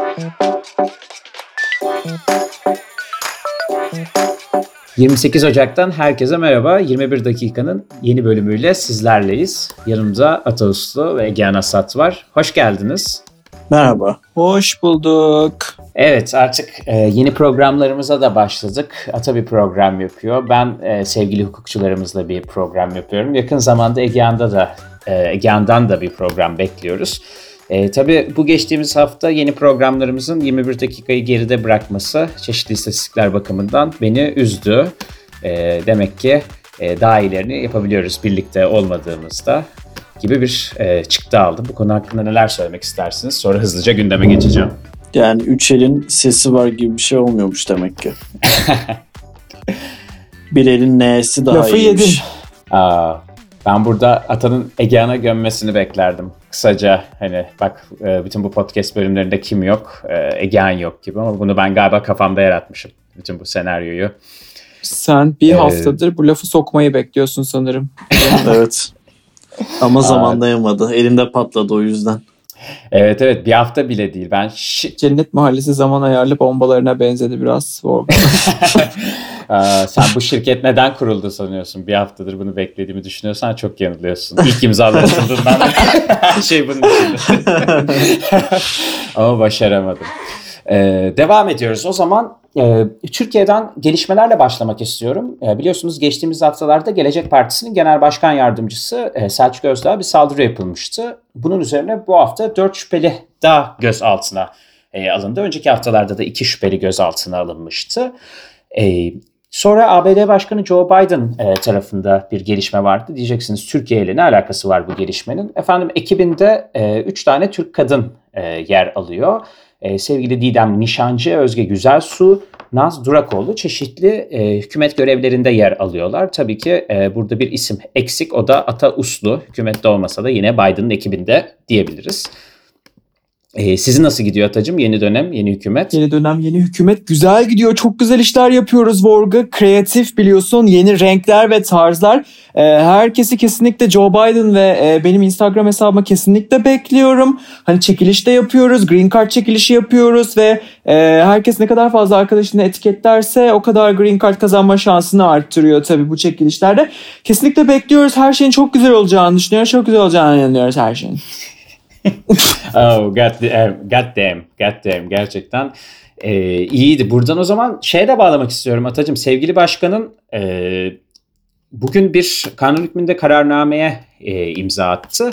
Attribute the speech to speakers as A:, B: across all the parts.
A: ...28 Ocak'tan herkese merhaba. 21 dakikanın yeni bölümüyle sizlerleyiz. Yanımda Ata Uslu ve Egehan Asat var. Hoş geldiniz.
B: Merhaba.
C: Hoş bulduk.
A: Evet, artık yeni programlarımıza da başladık. Ata bir program yapıyor. Ben sevgili hukukçularımızla bir program yapıyorum. Yakın zamanda Egehan'dan da bir program bekliyoruz. Tabii bu geçtiğimiz hafta yeni programlarımızın 21 dakikayı geride bırakması çeşitli istatistikler bakımından beni üzdü. Demek ki daha iyilerini yapabiliyoruz birlikte olmadığımızda gibi bir çıktı aldım. Bu konu hakkında neler söylemek istersiniz? Sonra hızlıca gündeme geçeceğim.
B: Yani üç elin sesi var gibi bir şey olmuyormuş demek ki. Bir elin nesi daha
C: Lafı
B: iyiymiş.
C: yedin.
A: Ben burada Ata'nın Egehan'a gömmesini beklerdim. Kısaca hani bak bütün bu podcast bölümlerinde kim yok, Egehan yok gibi, ama bunu ben galiba kafamda yaratmışım. Bütün bu senaryoyu.
C: Sen bir haftadır bu lafı sokmayı bekliyorsun sanırım.
B: Evet. Ama zamandayamadı. Elinde patladı o yüzden.
A: Evet bir hafta bile değil. Ben
C: Cennet Mahallesi zaman ayarlı bombalarına benzedi biraz.
A: Sen bu şirket neden kuruldu sanıyorsun? Bir haftadır bunu beklediğimi düşünüyorsan çok yanılıyorsun. İlk imzalaşıldığından her şey bunun içinde. Ama başaramadım. Devam ediyoruz. O zaman Türkiye'den gelişmelerle başlamak istiyorum. Biliyorsunuz geçtiğimiz haftalarda Gelecek Partisi'nin Genel Başkan Yardımcısı Selçuk Özdağ'a bir saldırı yapılmıştı. Bunun üzerine bu hafta 4 şüpheli daha gözaltına alındı. Önceki haftalarda da 2 şüpheli gözaltına alınmıştı. Sonra ABD Başkanı Joe Biden tarafında bir gelişme vardı. Diyeceksiniz Türkiye ile ne alakası var bu gelişmenin? Efendim ekibinde 3 tane Türk kadın yer alıyor. Sevgili Didem Nişancı, Özge Güzelsu, Naz Durakoğlu çeşitli hükümet görevlerinde yer alıyorlar. Tabii ki burada bir isim eksik, o da Ata Uslu. Hükümette olmasa da yine Biden'ın ekibinde diyebiliriz. Sizin nasıl gidiyor Atacığım? Yeni dönem, yeni hükümet.
C: Yeni dönem, yeni hükümet güzel gidiyor. Çok güzel işler yapıyoruz Vorga. Kreatif biliyorsun. Yeni renkler ve tarzlar. Herkesi kesinlikle Joe Biden ve benim Instagram hesabıma kesinlikle bekliyorum. Hani çekiliş de yapıyoruz. Green Card çekilişi yapıyoruz ve herkes ne kadar fazla arkadaşını etiketlerse o kadar Green Card kazanma şansını arttırıyor tabii bu çekilişlerde. Kesinlikle bekliyoruz. Her şeyin çok güzel olacağını düşünüyoruz. Çok güzel olacağını inanıyoruz her şeyin.
A: Oh god damn gerçekten iyiydi. Buradan o zaman şeye de bağlamak istiyorum Atacığım. Sevgili başkanın bugün bir kanun hükmünde kararnameye imza attı.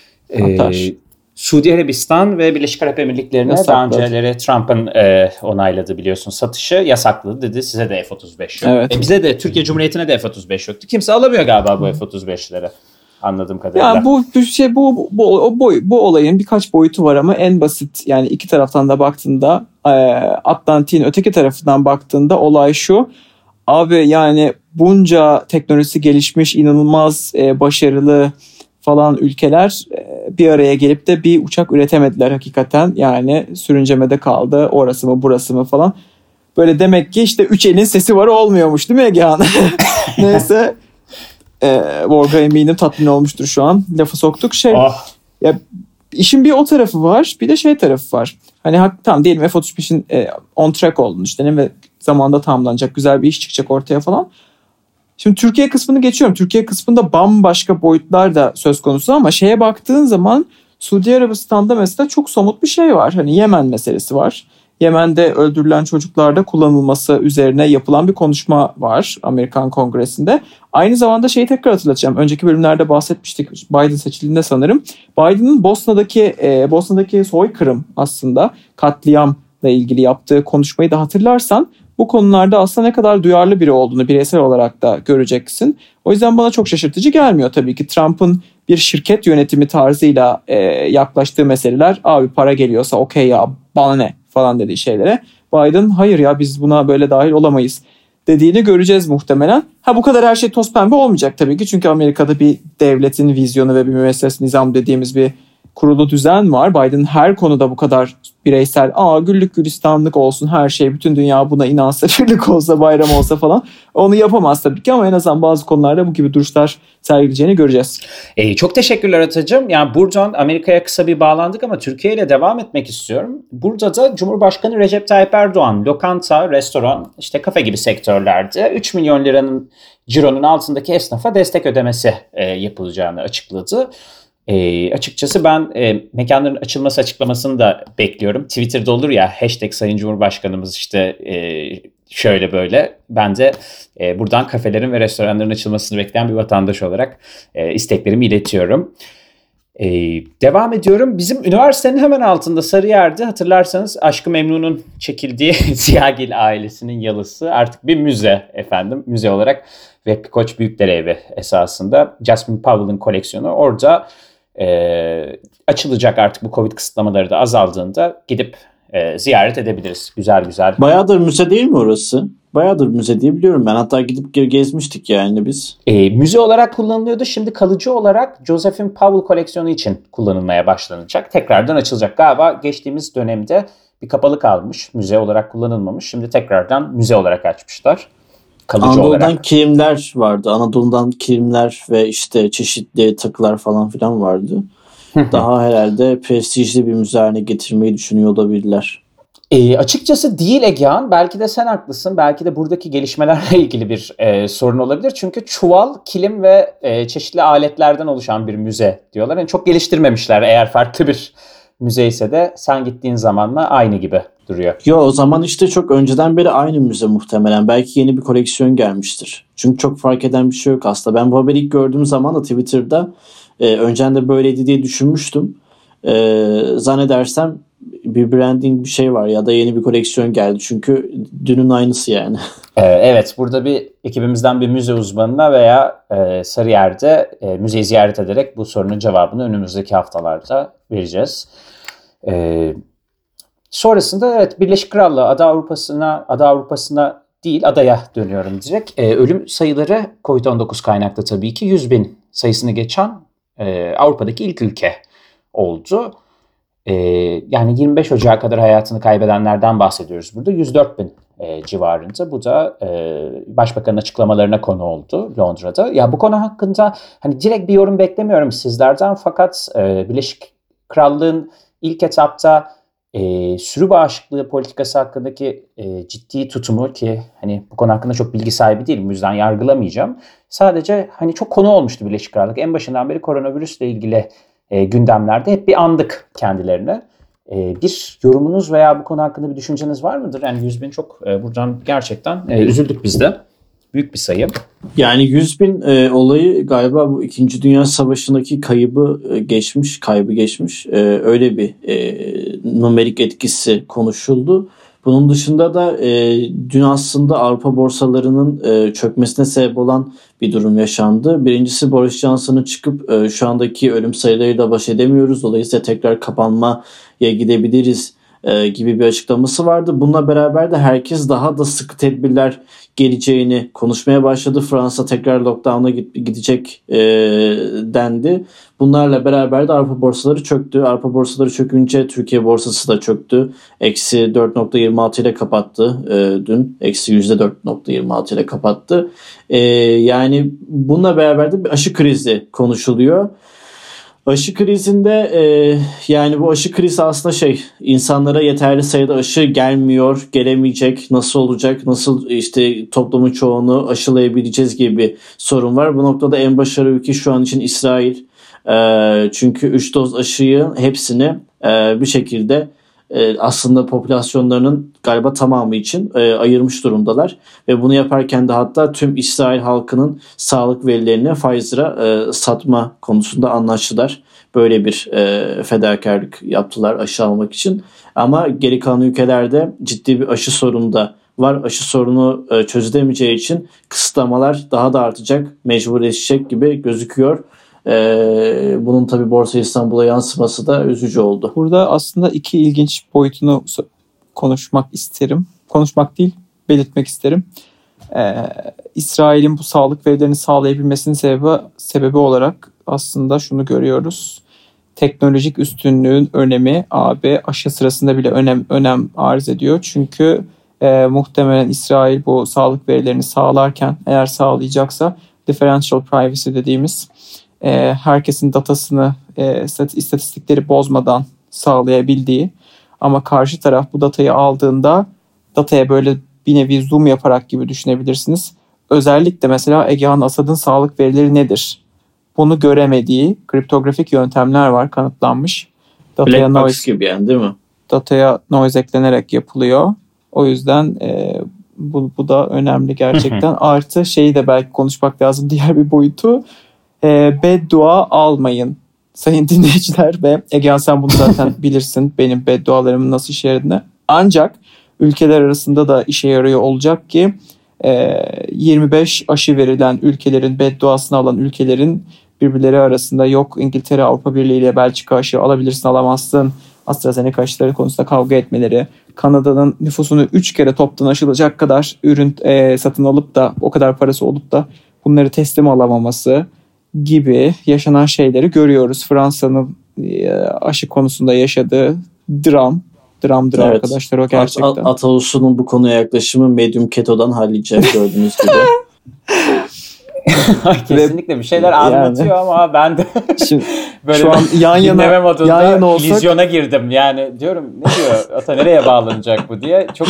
A: Suudi Arabistan ve Birleşik Arap Emirlikleri'ne daha önceleri Trump'ın onayladığı biliyorsun satışı yasakladı dedi. Size de F-35 yok.
C: Evet.
A: Bize de Türkiye Cumhuriyeti'ne de F-35 yoktu. Kimse alamıyor galiba bu F-35'leri. Anladığım kadarıyla.
C: Ya bu olayın birkaç boyutu var ama en basit, yani iki taraftan da baktığında Atlantik'in öteki tarafından baktığında olay şu. Abi yani bunca teknolojisi gelişmiş, inanılmaz başarılı falan ülkeler bir araya gelip de bir uçak üretemediler hakikaten. Yani sürüncemede kaldı, orası mı burası mı falan. Böyle demek ki işte üç elin sesi var olmuyormuş değil mi Egehan? Neyse. Vorga eminim tatmin olmuştur şu an. Lafı soktuk. Ya, işin bir o tarafı var, bir de şey tarafı var. Hani tamam diyelim F-35'in on track olduğunu işte ve zamanda tamamlanacak, güzel bir iş çıkacak ortaya falan. Şimdi Türkiye kısmını geçiyorum. Türkiye kısmında bambaşka boyutlar da söz konusu ama şeye baktığın zaman Suudi Arabistan'da mesela çok somut bir şey var. Hani Yemen meselesi var. Yemen'de öldürülen çocuklarda kullanılması üzerine yapılan bir konuşma var Amerikan Kongresi'nde. Aynı zamanda şeyi tekrar hatırlatacağım. Önceki bölümlerde bahsetmiştik Biden seçildiğinde sanırım. Biden'ın Bosna'daki soykırım aslında katliamla ilgili yaptığı konuşmayı da hatırlarsan bu konularda aslında ne kadar duyarlı biri olduğunu bireysel olarak da göreceksin. O yüzden bana çok şaşırtıcı gelmiyor tabii ki. Trump'ın bir şirket yönetimi tarzıyla yaklaştığı meseleler, abi para geliyorsa okey ya bana ne falan dediği şeylere, Biden hayır ya biz buna böyle dahil olamayız dediğini göreceğiz muhtemelen. Bu kadar her şey toz pembe olmayacak tabii ki. Çünkü Amerika'da bir devletin vizyonu ve bir müesses nizam dediğimiz bir kurulu düzen var. Biden her konuda bu kadar bireysel, güllük gülistanlık olsun her şey, bütün dünya buna inansa, birlik olsa, bayram olsa falan. Onu yapamaz tabii ki ama en azından bazı konularda bu gibi duruşlar sergileyeceğini göreceğiz.
A: Çok teşekkürler Atacığım. Yani buradan Amerika'ya kısa bir bağlandık ama Türkiye ile devam etmek istiyorum. Burada da Cumhurbaşkanı Recep Tayyip Erdoğan lokanta, restoran, işte kafe gibi sektörlerde 3 milyon liranın cironun altındaki esnafa destek ödemesi yapılacağını açıkladı. Açıkçası ben mekanların açılması açıklamasını da bekliyorum. Twitter'da olur ya hashtag Sayın Cumhurbaşkanımız işte şöyle böyle. Ben de buradan kafelerin ve restoranların açılmasını bekleyen bir vatandaş olarak isteklerimi iletiyorum. Devam ediyorum. Bizim üniversitenin hemen altında Sarıyer'de hatırlarsanız Aşk-ı Memnun'un çekildiği Ziyagil ailesinin yalısı artık bir müze efendim. Müze olarak Vehbi Koç Büyükdere Evi esasında. Jasmine Powell'ın koleksiyonu orada açılacak artık bu Covid kısıtlamaları da azaldığında gidip ziyaret edebiliriz. Güzel güzel.
B: Bayağıdır müze değil mi orası? Bayağıdır müze diye biliyorum ben. Hatta gidip gezmiştik yani biz.
A: Müze olarak kullanılıyordu. Şimdi kalıcı olarak Josephine Powell koleksiyonu için kullanılmaya başlanacak. Tekrardan açılacak. Galiba geçtiğimiz dönemde bir kapalı kalmış. Müze olarak kullanılmamış. Şimdi tekrardan müze olarak açmışlar. Kalıcı
B: Anadolu'dan
A: olarak.
B: kilimler vardı. Anadolu'dan kilimler ve işte çeşitli takılar falan filan vardı. Daha herhalde prestijli bir müze haline getirmeyi düşünüyor olabilirler.
A: Açıkçası değil Egehan. Belki de sen haklısın. Belki de buradaki gelişmelerle ilgili bir sorun olabilir. Çünkü çuval, kilim ve çeşitli aletlerden oluşan bir müze diyorlar. Yani çok geliştirmemişler. Eğer farklı bir müze ise de sen gittiğin zamanla aynı gibi duruyor.
B: Yo, o zaman işte çok önceden beri aynı müze muhtemelen. Belki yeni bir koleksiyon gelmiştir. Çünkü çok fark eden bir şey yok aslında. Ben bu haberi ilk gördüğüm zaman da Twitter'da önceden de böyleydi diye düşünmüştüm. Zannedersem bir branding bir şey var ya da yeni bir koleksiyon geldi. Çünkü dünün aynısı yani.
A: Evet, burada bir ekibimizden bir müze uzmanına veya Sarıyer'de müzeyi ziyaret ederek bu sorunun cevabını önümüzdeki haftalarda vereceğiz. Sonrasında evet, Birleşik Krallığı Ada Avrupa'sına değil adaya dönüyorum direkt. Ölüm sayıları Covid-19 kaynaklı tabii ki 100.000 sayısını geçen Avrupa'daki ilk ülke oldu. Yani 25 Ocak'a kadar hayatını kaybedenlerden bahsediyoruz burada. 104.000 civarında. Bu da Başbakanın açıklamalarına konu oldu Londra'da. Ya bu konu hakkında hani direkt bir yorum beklemiyorum sizlerden, fakat Birleşik Krallığın ilk etapta sürü bağışıklığı politikası hakkındaki ciddi tutumu, ki hani bu konu hakkında çok bilgi sahibi değilim, bu yüzden yargılamayacağım. Sadece hani çok konu olmuştu Birleşik Krallık. En başından beri koronavirüsle ilgili gündemlerde hep bir andık kendilerine. Bir yorumunuz veya bu konu hakkında bir düşünceniz var mıdır? Yani 100.000 çok buradan gerçekten üzüldük biz de. Büyük bir sayı.
B: Yani 100.000 olayı galiba bu 2. Dünya Savaşı'ndaki kaybı geçmiş. Öyle bir numerik etkisi konuşuldu. Bunun dışında da dün aslında Avrupa borsalarının çökmesine sebep olan bir durum yaşandı. Birincisi, Boris Johnson'ın çıkıp şu andaki ölüm sayılarıyla baş edemiyoruz, dolayısıyla tekrar kapanmaya gidebiliriz gibi bir açıklaması vardı. Bununla beraber de herkes daha da sıkı tedbirler geleceğini konuşmaya başladı. Fransa tekrar lockdown'a gidecek dendi. Bunlarla beraber de Avrupa borsaları çöktü. Avrupa borsaları çökünce Türkiye borsası da çöktü. Eksi 4.26 ile kapattı dün. Eksi %4.26 ile kapattı. Yani bununla beraber de bir aşı krizi konuşuluyor. Aşı krizinde yani bu aşı krizi aslında insanlara yeterli sayıda aşı gelmiyor, gelemeyecek, nasıl olacak, nasıl işte toplumun çoğunu aşılayabileceğiz gibi bir sorun var. Bu noktada en başarılı ülke şu an için İsrail. Çünkü 3 doz aşıyı hepsini bir şekilde aslında popülasyonlarının galiba tamamı için ayırmış durumdalar. Ve bunu yaparken de hatta tüm İsrail halkının sağlık verilerini Pfizer'a satma konusunda anlaştılar. Böyle bir fedakarlık yaptılar aşı almak için. Ama geri kalan ülkelerde ciddi bir aşı sorunu da var. Aşı sorunu çözülemeyeceği için kısıtlamalar daha da artacak, mecburleşecek gibi gözüküyor. Bunun tabii Borsa İstanbul'a yansıması da üzücü oldu.
C: Burada aslında iki ilginç boyutunu konuşmak isterim. Konuşmak değil, belirtmek isterim. İsrail'in bu sağlık verilerini sağlayabilmesinin sebebi olarak aslında şunu görüyoruz. teknolojik üstünlüğün önemi abi aşı sırasında bile önem arz ediyor. Çünkü muhtemelen İsrail bu sağlık verilerini sağlarken, eğer sağlayacaksa, differential privacy dediğimiz herkesin datasını istatistikleri bozmadan sağlayabildiği, ama karşı taraf bu datayı aldığında dataya böyle bir nevi zoom yaparak gibi düşünebilirsiniz. Özellikle mesela Egehan Asad'ın sağlık verileri nedir? Bunu göremediği kriptografik yöntemler var, kanıtlanmış.
B: Black box gibi yani, değil mi?
C: Dataya noise eklenerek yapılıyor. O yüzden bu da önemli gerçekten. Artı şeyi de belki konuşmak lazım, diğer bir boyutu. Beddua almayın sayın dinleyiciler ve Egehan, sen bunu zaten bilirsin benim beddualarımın nasıl işe yaradığını. Ancak ülkeler arasında da işe yarıyor olacak ki 25 aşı verilen ülkelerin bedduasını alan ülkelerin birbirleri arasında yok İngiltere Avrupa Birliği ile Belçika aşı alabilirsin alamazsın, AstraZeneca aşıları konusunda kavga etmeleri, Kanada'nın nüfusunu 3 kere toptan aşılacak kadar ürün satın alıp da o kadar parası olup da bunları teslim alamaması gibi yaşanan şeyleri görüyoruz. Fransa'nın aşı konusunda yaşadığı dramdır evet. Arkadaşlar o gerçekten.
B: Ataos'un bu konuya yaklaşımı Medium Keto'dan hallice gördüğünüz gibi.
A: Kesinlikle bir şeyler anlatıyor yani. Ama ben de
C: şimdi, böyle şu an yan yana olsak,
A: illüzyona girdim. Yani diyorum ne diyor Ata, nereye bağlanacak bu diye. Çok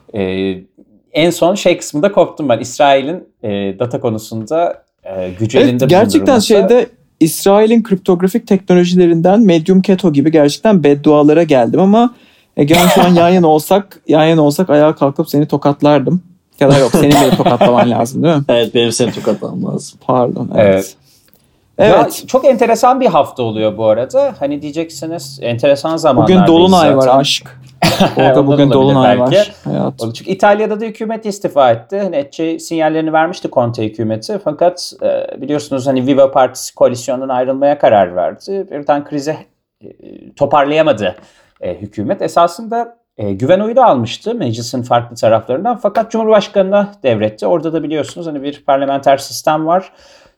A: en son şey kısmında koptum ben. İsrail'in data konusunda gücü elinde bulundurması.
C: Gerçekten şeyde İsrail'in kriptografik teknolojilerinden Medium Keto gibi gerçekten beddualara geldim ama Egehan şu an yan yana olsak ayağa kalkıp seni tokatlardım. Ya da yok, senin beni tokatlaman lazım değil mi?
B: Evet, benim seni tokatlamam lazım.
C: Pardon. Evet.
A: Ya, çok enteresan bir hafta oluyor bu arada. Hani diyeceksiniz enteresan zamanlar.
C: Bugün Dolunay var aşk. Orada bugün Dolunay var.
A: Çünkü İtalya'da da hükümet istifa etti. Hani sinyallerini vermişti Conte hükümeti. Fakat biliyorsunuz hani Viva Partisi koalisyondan ayrılmaya karar verdi. Birden krize toparlayamadı hükümet. Esasında güven oyu da almıştı meclisin farklı taraflarından. Fakat Cumhurbaşkanı'na devretti. Orada da biliyorsunuz hani bir parlamenter sistem var.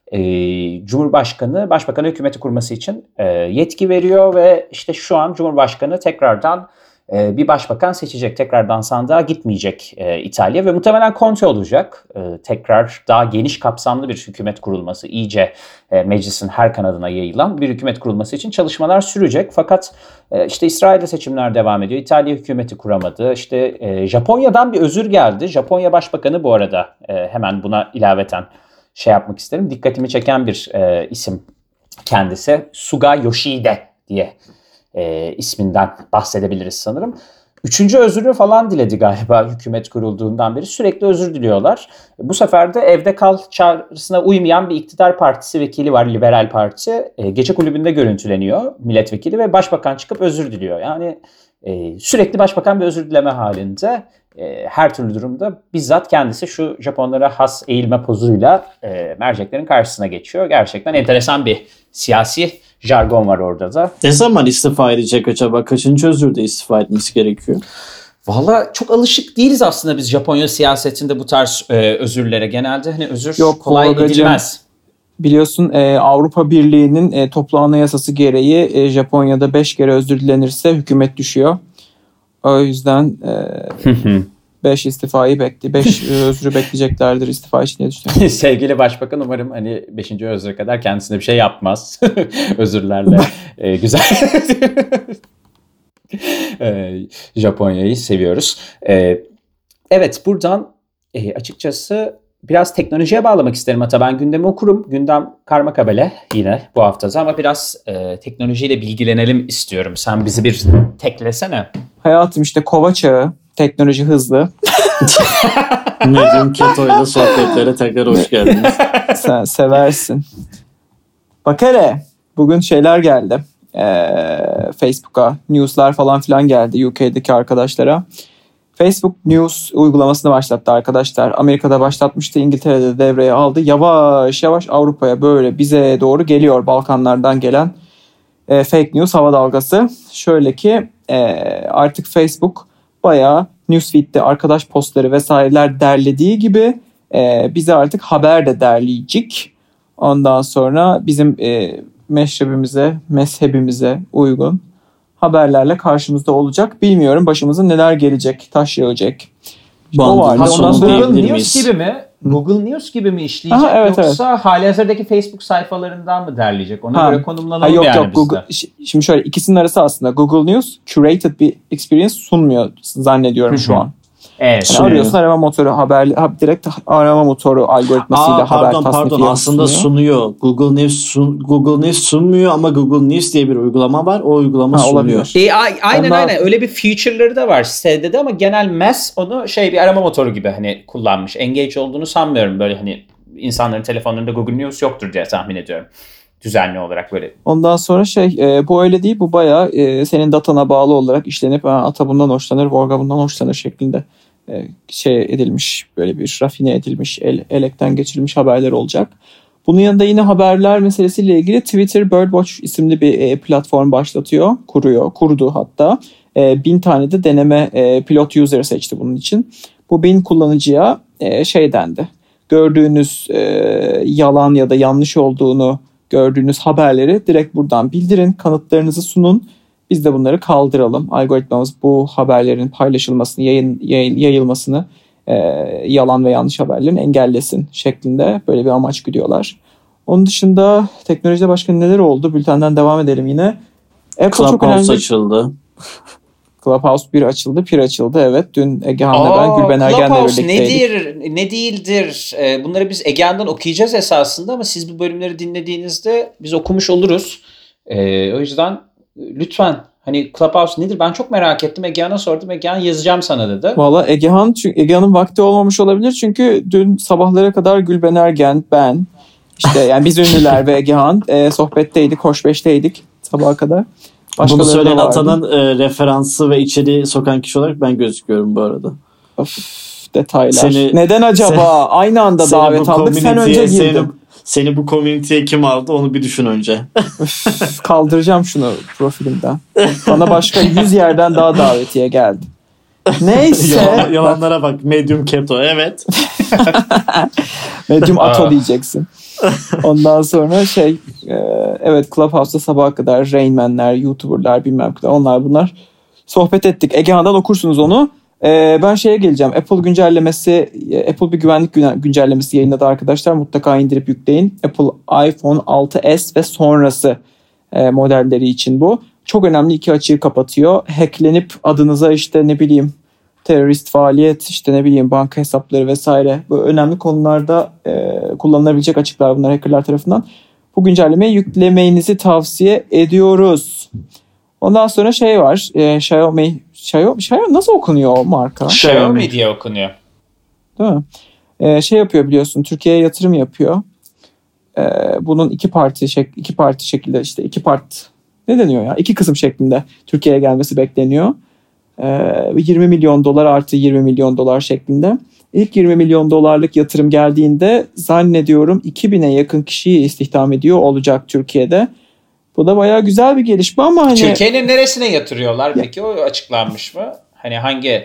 A: Cumhurbaşkanı başbakanı hükümeti kurması için yetki veriyor ve işte şu an Cumhurbaşkanı tekrardan bir başbakan seçecek. Tekrardan sandığa gitmeyecek İtalya ve muhtemelen Conte olacak. Tekrar daha geniş kapsamlı bir hükümet kurulması, iyice meclisin her kanadına yayılan bir hükümet kurulması için çalışmalar sürecek. Fakat işte İsrail'de seçimler devam ediyor. İtalya hükümeti kuramadı. İşte Japonya'dan bir özür geldi. Japonya Başbakanı bu arada hemen buna ilaveten şey yapmak isterim. Dikkatimi çeken bir isim kendisi. Suga Yoshide diye isminden bahsedebiliriz sanırım. 3. özürü falan diledi galiba hükümet kurulduğundan beri. Sürekli özür diliyorlar. Bu sefer de evde kal çağrısına uymayan bir iktidar partisi vekili var, Liberal Parti. Gece kulübünde görüntüleniyor milletvekili ve başbakan çıkıp özür diliyor. Yani sürekli başbakan bir özür dileme halinde. Her türlü durumda bizzat kendisi şu Japonlara has eğilme pozuyla merceklerin karşısına geçiyor. Gerçekten enteresan bir siyasi jargon var orada da.
B: Ne zaman istifa edecek acaba? Kaçıncı özürde istifa etmesi gerekiyor?
A: Valla çok alışık değiliz aslında biz Japonya siyasetinde bu tarz özürlere. Genelde hani özür kolay edilmez.
C: Biliyorsun Avrupa Birliği'nin toplu anayasası gereği Japonya'da 5 kere özür dilenirse hükümet düşüyor. O yüzden 5 istifayı 5 özrü bekleyeceklerdir istifa için diye düşünüyorum.
A: Sevgili Başbakan umarım hani 5. özre kadar kendisine bir şey yapmaz. Özürlerle güzel. Japonya'yı seviyoruz. Evet, buradan açıkçası biraz teknolojiye bağlamak isterim. Hatta ben gündemi okurum. Gündem karmakabele yine bu haftada ama biraz teknolojiyle bilgilenelim istiyorum. Sen bizi bir teklesene.
C: Hayatım işte kova çağı, teknoloji hızlı.
B: Medium Keto'yla sohbetlere tekrar hoş geldiniz.
C: Sen seversin. Bak hele bugün şeyler geldi. Facebook'a news'lar falan filan geldi UK'deki arkadaşlara. Facebook News uygulamasını başlattı arkadaşlar. Amerika'da başlatmıştı, İngiltere'de de devreye aldı. Yavaş yavaş Avrupa'ya böyle bize doğru geliyor Balkanlardan gelen fake news hava dalgası. Şöyle ki artık Facebook bayağı newsfeed'de arkadaş postları vesaireler derlediği gibi bize artık haber de derleyecek. Ondan sonra bizim mezhebimize uygun haberlerle karşımızda olacak. Bilmiyorum başımıza neler gelecek, taş yağacak. O vardı. Ondan sonra
D: Google News gibi mi? Google News gibi mi işleyecek yoksa halihazırdaki Facebook sayfalarından mı derleyecek? Ona göre konumlanalım
C: yok,
D: yani
C: yok, Google, şimdi şöyle ikisinin arası aslında Google News curated bir experience sunmuyor zannediyorum şu an.
D: Evet.
C: Yani arıyorsun arama motoru direkt arama motoru algoritmasıyla haber tasnifi
B: aslında sunuyor. Google News sunmuyor ama Google News diye bir uygulama var. O uygulama sunuyor.
D: Aynen öyle bir feature'ları da var sitede de ama genel mass onu bir arama motoru gibi hani kullanmış. Engage olduğunu sanmıyorum böyle hani insanların telefonlarında Google News yoktur diye tahmin ediyorum. Düzenli olarak böyle.
C: Ondan sonra bu öyle değil, bu bayağı senin datana bağlı olarak işlenip ata bundan hoşlanır, Vorga bundan hoşlanır şeklinde edilmiş, böyle bir rafine edilmiş, elekten geçirilmiş haberler olacak. Bunun yanında yine haberler meselesiyle ilgili Twitter Birdwatch isimli bir platform kurdu hatta. 1000 tane de deneme pilot user seçti bunun için. Bu 1000 kullanıcıya dendi. Gördüğünüz yalan ya da yanlış olduğunu gördüğünüz haberleri direkt buradan bildirin, kanıtlarınızı sunun. Biz de bunları kaldıralım. Algoritmamız bu haberlerin paylaşılmasını, yayılmasını, yalan ve yanlış haberlerin engellesin şeklinde böyle bir amaç güdüyorlar. Onun dışında teknolojide başka neler oldu? Bültenden devam edelim yine.
B: Clubhouse açıldı.
C: Clubhouse 1 açıldı, PIR açıldı. Evet, dün Egehan'la ben Gülben Ergen'le birlikteydik.
D: Nedir, ne değildir? Bunları biz Egehan'dan okuyacağız esasında ama siz bu bölümleri dinlediğinizde biz okumuş oluruz. O yüzden lütfen hani Clubhouse nedir? Ben çok merak ettim. Egehan'a sordum. Egehan yazacağım sana dedi.
C: Valla Egehan'ın vakti olmamış olabilir çünkü dün sabahlara kadar Gülben Ergen, ben, yani biz ünlüler ve Egehan sohbetteydik, hoşbeşteydik sabaha kadar.
B: Bunu söyleyen Atan'ın referansı ve içeriği sokan kişi olarak ben gözüküyorum bu arada.
C: Detaylar. Neden acaba? Aynı anda davet aldık. Sen önce girdin.
B: Seni bu komüniteye kim aldı onu bir düşün önce.
C: Kaldıracağım şunu profilimden. Bana başka 100 yerden daha davetiye geldi. Neyse.
B: Yalanlara bak. Medium keto. Evet.
C: Medium ato diyeceksin. Ondan sonra evet, Clubhouse'da sabaha kadar Rain YouTuber'lar bilmem kadar onlar bunlar sohbet ettik. Egehan'dan okursunuz onu. Ben geleceğim. Apple bir güvenlik güncellemesi yayınladı arkadaşlar. Mutlaka indirip yükleyin. Apple iPhone 6s ve sonrası modelleri için bu. Çok önemli 2 açığı kapatıyor. Hacklenip adınıza terörist faaliyet, banka hesapları vesaire bu önemli konularda kullanılabilecek açıklar bunlar hackerlar tarafından. Bu güncellemeyi yüklemenizi tavsiye ediyoruz. Ondan sonra var. Xiaomi nasıl okunuyor o marka?
D: Xiaomi diye okunuyor.
C: Değil mi? Yapıyor biliyorsun. Türkiye'ye yatırım yapıyor. Bunun iki parti şekilde ne deniyor ya? 2 kısım şeklinde Türkiye'ye gelmesi bekleniyor. 20 milyon dolar artı 20 milyon dolar şeklinde. İlk 20 milyon dolarlık yatırım geldiğinde zannediyorum 2000'e yakın kişiyi istihdam ediyor olacak Türkiye'de. Bu da bayağı güzel bir gelişme ama
D: Türkiye'nin neresine yatırıyorlar peki? O açıklanmış mı? Hani hangi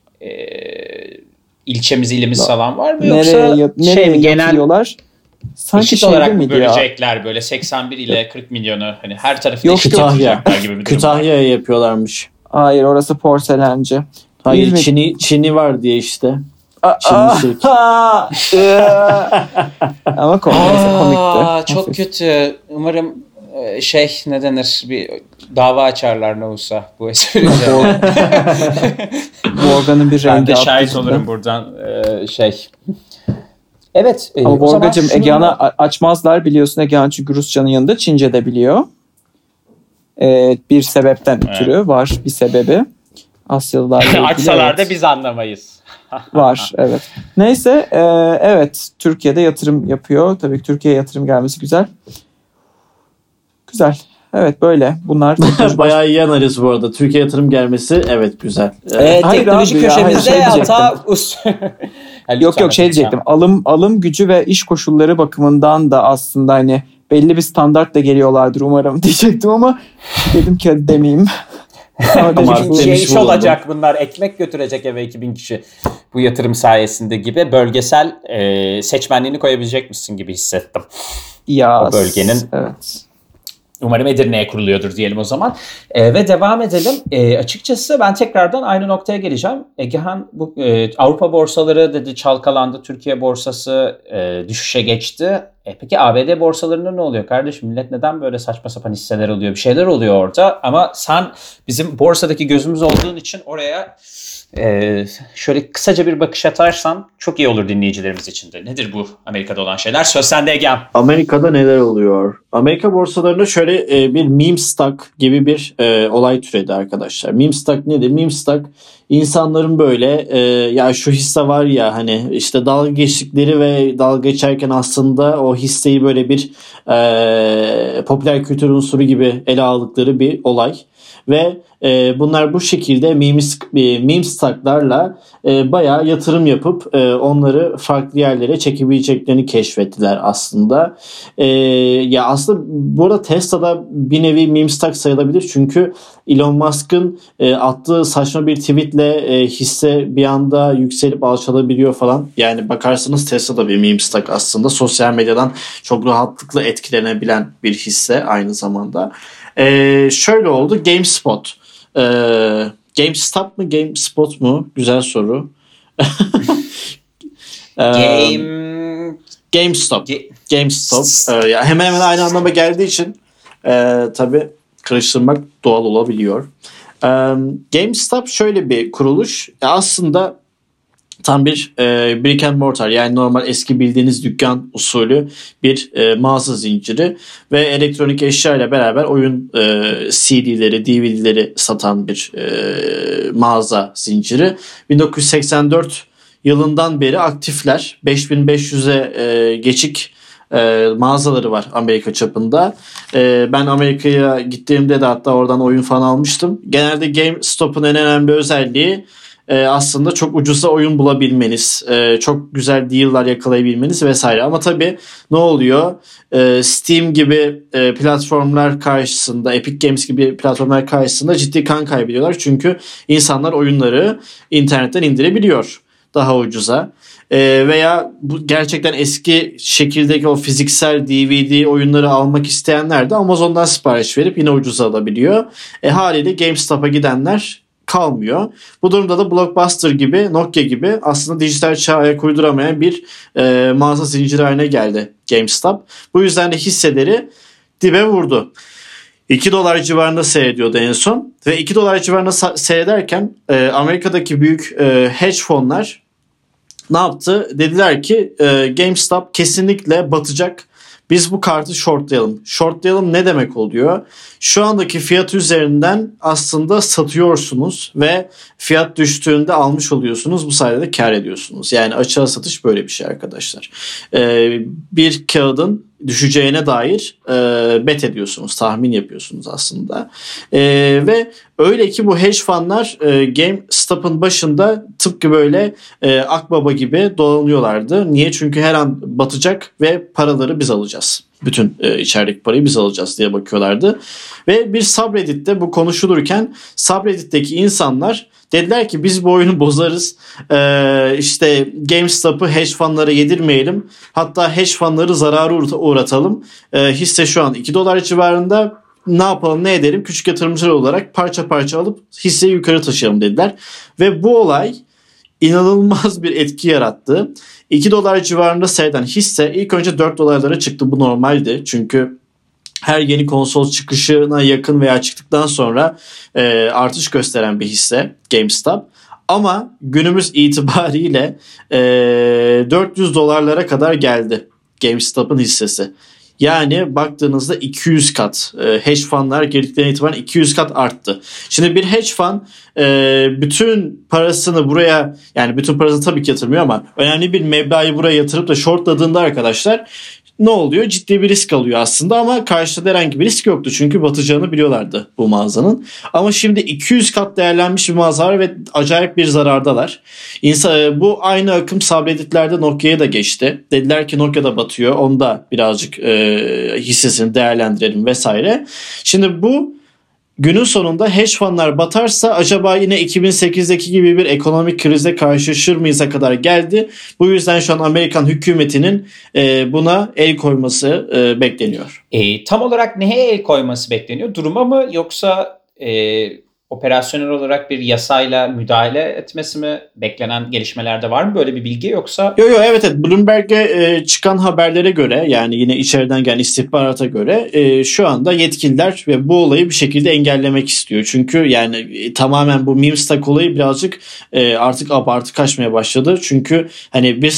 D: ilimiz falan var mı? Yoksa
C: nereye yatırıyorlar?
D: Sanki eşit olarak mı bölecekler böyle 81 ile 40 milyonu hani her tarafı eşit yapacaklar gibi bir durum.
B: Kütahya'ya yapıyorlarmış.
C: Hayır, orası porselenci.
B: Hayır, Çin'i var diye işte. Çinli
C: Ama komikti.
D: Çok kötü. Umarım ne denir, bir dava açarlar ne olsa bu eseri.
C: Morgan'ın bir rengi.
D: Ben de şahit olurum buradan Evet.
C: Ama Morgacığım Egehan'a açmazlar biliyorsun. Egehan çünkü Rusçanın yanında Çince de biliyor. Bir sebepten ötürü var bir sebebi. Asyalılarla ilgili.
D: Açsalar da biz anlamayız.
C: Var evet. Neyse evet, Türkiye'de yatırım yapıyor. Tabii ki Türkiye'ye yatırım gelmesi güzel. Güzel. Evet, böyle. Bunlar
B: bayağı iyi analiz bu arada. Türkiye yatırım gelmesi evet güzel.
D: Teknoloji köşemizde hata
C: yok diyecektim. Alım gücü ve iş koşulları bakımından da aslında belli bir standartla geliyorlardır umarım diyecektim ama dedim ki hadi demeyeyim.
D: Ama iş olacak bunlar. Ekmek götürecek eve 2000 kişi bu yatırım sayesinde gibi bölgesel seçmenliğini koyabilecek misin gibi hissettim.
C: Ya,
D: o bölgenin.
C: Evet.
D: Umarım Edirne'ye kuruluyordur diyelim o zaman. Ve devam edelim. Açıkçası ben tekrardan aynı noktaya geleceğim. Egehan bu Avrupa borsaları dedi çalkalandı. Türkiye borsası düşüşe geçti. Peki ABD borsalarında ne oluyor kardeşim? Millet neden böyle saçma sapan hisseler alıyor? Bir şeyler oluyor orada. Ama sen bizim borsadaki gözümüz olduğun için oraya şöyle kısaca bir bakış atarsan çok iyi olur dinleyicilerimiz için de. Nedir bu Amerika'da olan şeyler? Söz sende Egen.
B: Amerika'da neler oluyor? Amerika borsalarında şöyle bir meme stock gibi bir olay türedi arkadaşlar. Meme stock nedir? Meme stock insanların böyle ya şu hisse var ya hani işte dalga geçtikleri ve dalga geçerken aslında o hisseyi böyle bir popüler kültür unsuru gibi ele aldıkları bir olay. Ve bunlar bu şekilde meme stocklarla bayağı yatırım yapıp onları farklı yerlere çekebileceklerini keşfettiler aslında. Ya aslında bu arada Tesla'da bir nevi meme stock sayılabilir. Çünkü Elon Musk'ın attığı saçma bir tweetle hisse bir anda yükselip alçalabiliyor falan. Yani bakarsanız Tesla'da bir meme stock aslında. Sosyal medyadan çok rahatlıkla etkilenebilen bir hisse aynı zamanda. Şöyle oldu. GameSpot. GameStop mu GameSpot mu? Güzel soru. GameStop. Ya hemen hemen aynı anlama geldiği için tabii karıştırmak doğal olabiliyor. GameStop şöyle bir kuruluş. Aslında tam bir brick and mortar yani normal eski bildiğiniz dükkan usulü bir mağaza zinciri ve elektronik eşya ile beraber oyun CD'leri, DVD'leri satan bir mağaza zinciri. 1984 yılından beri aktifler. 5500'e geçik mağazaları var Amerika çapında. Ben Amerika'ya gittiğimde de hatta oradan oyun falan almıştım. Genelde GameStop'un en önemli özelliği aslında çok ucuza oyun bulabilmeniz, çok güzel deal'lar yakalayabilmeniz vesaire. Ama tabii ne oluyor? Steam gibi platformlar karşısında, Epic Games gibi platformlar karşısında ciddi kan kaybediyorlar. Çünkü insanlar oyunları internetten indirebiliyor daha ucuza. Veya bu gerçekten eski şekildeki o fiziksel DVD oyunları almak isteyenler de Amazon'dan sipariş verip yine ucuza alabiliyor. Haliyle GameStop'a gidenler kalmıyor. Bu durumda da Blockbuster gibi, Nokia gibi aslında dijital çağa ayak uyduramayan bir mağaza zinciri haline geldi GameStop. Bu yüzden de hisseleri dibe vurdu. $2 civarında seyrediyordu en son. Ve $2 civarında seyrederken Amerika'daki büyük hedge fonlar ne yaptı? Dediler ki GameStop kesinlikle batacak. Biz bu kartı shortlayalım. Shortlayalım ne demek oluyor? Şu andaki fiyat üzerinden aslında satıyorsunuz ve fiyat düştüğünde almış oluyorsunuz. Bu sayede de kar ediyorsunuz. Yani açığa satış böyle bir şey arkadaşlar. Bir kağıdın düşeceğine dair bet ediyorsunuz, tahmin yapıyorsunuz aslında. Ve öyle ki bu hedge fundlar GameStop'ın başında tıpkı böyle akbaba gibi dolanıyorlardı. Niye? Çünkü her an batacak ve paraları biz alacağız. Bütün içerideki parayı biz alacağız diye bakıyorlardı. Ve bir subreddit'te bu konuşulurken subreddit'teki insanlar dediler ki biz bu oyunu bozarız. İşte GameStop'u hedge fundlara yedirmeyelim. Hatta hedge fundları zarara uğratalım. Hisse şu an $2 civarında. Ne yapalım ne edelim? Küçük yatırımcılar olarak parça parça alıp hisseyi yukarı taşıyalım dediler. Ve bu olay inanılmaz bir etki yarattı. $2 civarında seyreden hisse ilk önce $4 çıktı. Bu normaldi. Çünkü her yeni konsol çıkışına yakın veya çıktıktan sonra artış gösteren bir hisse GameStop. Ama günümüz itibariyle $400 kadar geldi GameStop'un hissesi. Yani baktığınızda 200 kat hedge fundlar girdiklerine itibaren 200 kat arttı. Şimdi bir hedge fund bütün parasını buraya yani bütün parasını tabii ki yatırmıyor ama önemli bir meblağı buraya yatırıp da shortladığında arkadaşlar ne oluyor? Ciddi bir risk alıyor aslında ama karşıda herhangi bir risk yoktu. Çünkü batacağını biliyorlardı bu mağazanın. Ama şimdi 200 kat değerlenmiş bir mağaza var ve acayip bir zarardalar. Bu aynı akım subredditlerde Nokia'ya da geçti. Dediler ki Nokia da batıyor. Onu da birazcık hissesini değerlendirelim vesaire. Şimdi bu günün sonunda hedge fundlar batarsa acaba yine 2008'deki gibi bir ekonomik krize karşılaşır mıyız'a kadar geldi. Bu yüzden şu an Amerikan hükümetinin buna el koyması bekleniyor.
D: Tam olarak neye el koyması bekleniyor? Duruma mı, yoksa operasyonel olarak bir yasayla müdahale etmesi mi? Beklenen gelişmelerde var mı böyle bir bilgi, yoksa?
B: Yo evet, Bloomberg'e çıkan haberlere göre, yani yine içeriden gelen istihbarata göre şu anda yetkililer ve bu olayı bir şekilde engellemek istiyor. Çünkü yani tamamen bu meme stock olayı birazcık artık abartı kaçmaya başladı. Çünkü hani bir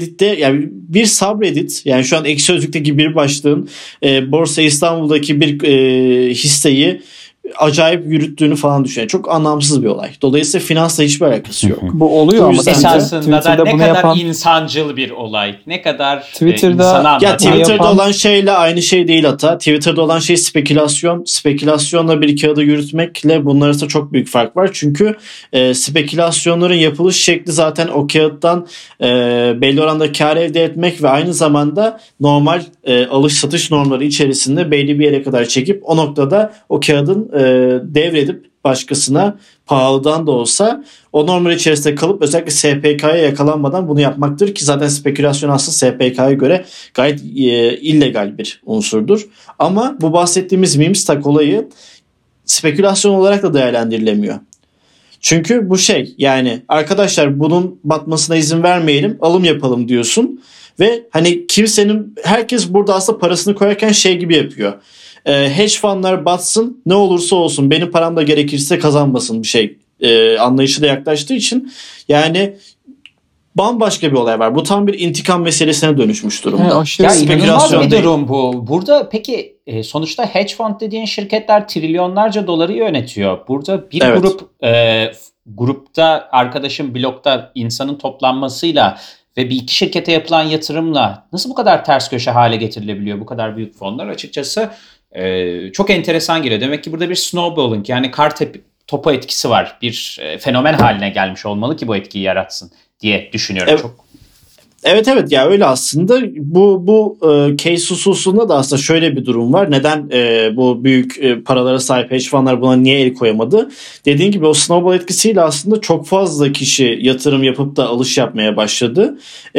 B: subreddit yani şu an Ekşi Sözlük'teki bir başlığın Borsa İstanbul'daki bir hisseyi acayip yürüttüğünü falan düşünüyor. Çok anlamsız bir olay. Dolayısıyla finansla hiçbir alakası yok.
C: Bu oluyor ama
D: esasında da ne kadar insancıl bir olay. Ne kadar
C: Twitter'da
B: Twitter'da olan şeyle aynı şey değil hatta. Twitter'da olan şey spekülasyon. Spekülasyonla bir kağıdı yürütmekle bunlar arasında çok büyük fark var. Çünkü spekülasyonların yapılış şekli zaten o kağıttan belli oranda kar elde etmek ve aynı zamanda normal alış satış normları içerisinde belli bir yere kadar çekip o noktada o kağıdın devredip başkasına pahalıdan da olsa o normal içerisinde kalıp özellikle SPK'ya yakalanmadan bunu yapmaktır ki zaten spekülasyon aslında SPK'ya göre gayet illegal bir unsurdur. Ama bu bahsettiğimiz meme stock olayı spekülasyon olarak da değerlendirilemiyor. Çünkü bu yani arkadaşlar bunun batmasına izin vermeyelim, alım yapalım diyorsun ve hani herkes burada aslında parasını koyarken gibi yapıyor. Hedge fundlar batsın, ne olursa olsun benim param da gerekirse kazanmasın bir anlayışıyla yaklaştığı için yani bambaşka bir olay var. Bu tam bir intikam meselesine dönüşmüş durumda.
D: İnanılmaz bir durum bu. Burada peki sonuçta hedge fund dediğin şirketler trilyonlarca doları yönetiyor. Burada bir grupta arkadaşım blokta insanın toplanmasıyla ve bir iki şirkete yapılan yatırımla nasıl bu kadar ters köşe hale getirilebiliyor bu kadar büyük fonlar? Açıkçası çok enteresan geliyor. Demek ki burada bir snowballing, yani kar topu etkisi var. Bir fenomen haline gelmiş olmalı ki bu etkiyi yaratsın diye düşünüyorum.
B: Evet. Evet ya öyle aslında. Bu case hususunda da aslında şöyle bir durum var. Neden bu büyük paralara sahip hedge fundlar buna niye el koyamadı? Dediğin gibi o snowball etkisiyle aslında çok fazla kişi yatırım yapıp da alış yapmaya başladı.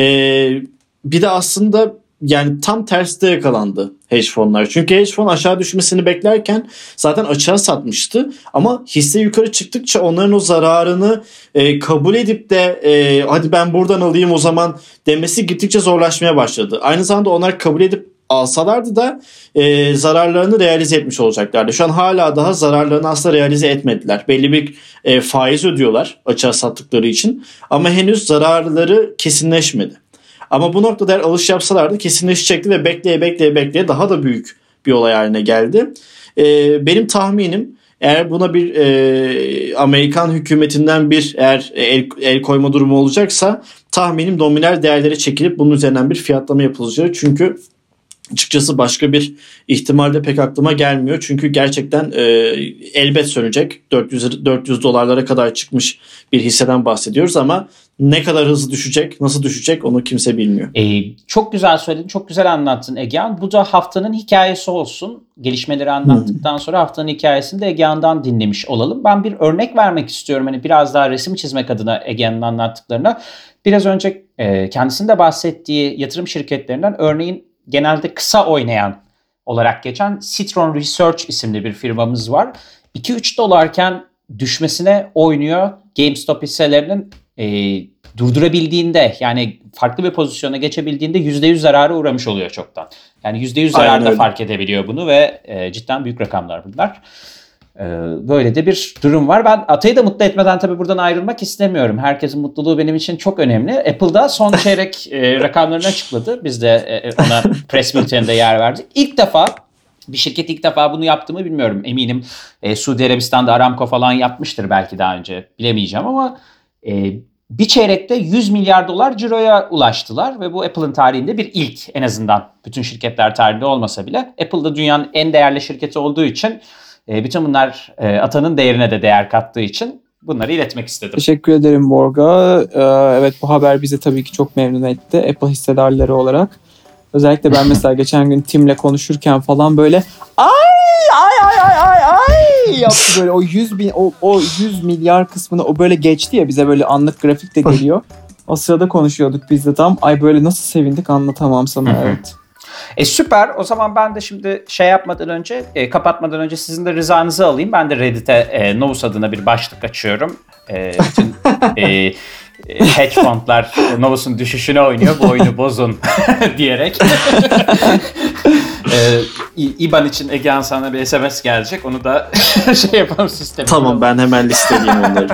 B: Bir de aslında yani tam terste yakalandı hedge fonlar. Çünkü hedge fon aşağı düşmesini beklerken zaten açığa satmıştı. Ama hisse yukarı çıktıkça onların o zararını kabul edip de hadi ben buradan alayım o zaman demesi gittikçe zorlaşmaya başladı. Aynı zamanda onlar kabul edip alsalardı da zararlarını realize etmiş olacaklardı. Şu an hala daha zararlarını asla realize etmediler. Belli bir faiz ödüyorlar açığa sattıkları için. Ama henüz zararları kesinleşmedi. Ama bu noktada eğer alış yapsalardı kesinleşecekti ve bekleye daha da büyük bir olay haline geldi. Benim tahminim eğer buna bir Amerikan hükümetinden eğer el koyma durumu olacaksa tahminim nominal değerlere çekilip bunun üzerinden bir fiyatlama yapılacağı. Çünkü açıkçası başka bir ihtimal de pek aklıma gelmiyor. Çünkü gerçekten elbet sönecek. 400 dolarlara kadar çıkmış bir hisseden bahsediyoruz ama ne kadar hızlı düşecek, nasıl düşecek onu kimse bilmiyor.
D: Çok güzel söyledin, çok güzel anlattın Egehan. Bu da haftanın hikayesi olsun. Gelişmeleri anlattıktan sonra haftanın hikayesini de Egehan'dan dinlemiş olalım. Ben bir örnek vermek istiyorum. Hani biraz daha resim çizmek adına Egehan'ın anlattıklarına. Biraz önce kendisinin de bahsettiği yatırım şirketlerinden örneğin genelde kısa oynayan olarak geçen Citron Research isimli bir firmamız var. 2-3 dolarken düşmesine oynuyor. GameStop hisselerinin durdurabildiğinde, yani farklı bir pozisyona geçebildiğinde %100 zarara uğramış oluyor çoktan. Yani %100 zararda fark edebiliyor bunu ve cidden büyük rakamlar bunlar. Böyle de bir durum var. Ben Atay'ı da mutlu etmeden tabii buradan ayrılmak istemiyorum. Herkesin mutluluğu benim için çok önemli. Apple'da son çeyrek rakamlarını açıkladı. Biz de ona press bülteninde yer verdik. Bir şirket ilk defa bunu yaptı mı bilmiyorum. Eminim Suudi Arabistan'da Aramco falan yapmıştır belki daha önce. Bilemeyeceğim ama bir çeyrekte 100 milyar dolar ciroya ulaştılar ve bu Apple'ın tarihinde bir ilk, en azından bütün şirketler tarihinde olmasa bile. Apple'da dünyanın en değerli şirketi olduğu için bütün bunlar Atan'ın değerine de değer kattığı için bunları iletmek istedim.
C: Teşekkür ederim Borga. Evet, bu haber bizi tabii ki çok memnun etti Apple hissedarları olarak. Özellikle ben mesela geçen gün Tim'le konuşurken falan böyle ay yaptı böyle o 100 bin o 100 milyar kısmını o böyle geçti ya, bize böyle anlık grafik de geliyor. O sırada konuşuyorduk biz de tam. Ay böyle nasıl sevindik anlatamam sana. Evet.
D: Süper. O zaman ben de şimdi yapmadan önce, kapatmadan önce sizin de rızanızı alayım. Ben de Reddit'e Novus adına bir başlık açıyorum. Bütün hedge fondlar Novus'un düşüşüne oynuyor. Bu oyunu bozun diyerek. İBAN için Egehan sana bir SMS gelecek. Onu da yapalım sistemi.
B: Tamam, ben hemen listeleyeyim onları.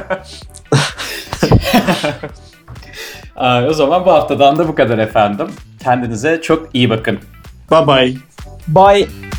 D: O zaman bu haftadan da bu kadar efendim. Kendinize çok iyi bakın.
B: Bye bye.
C: Bye.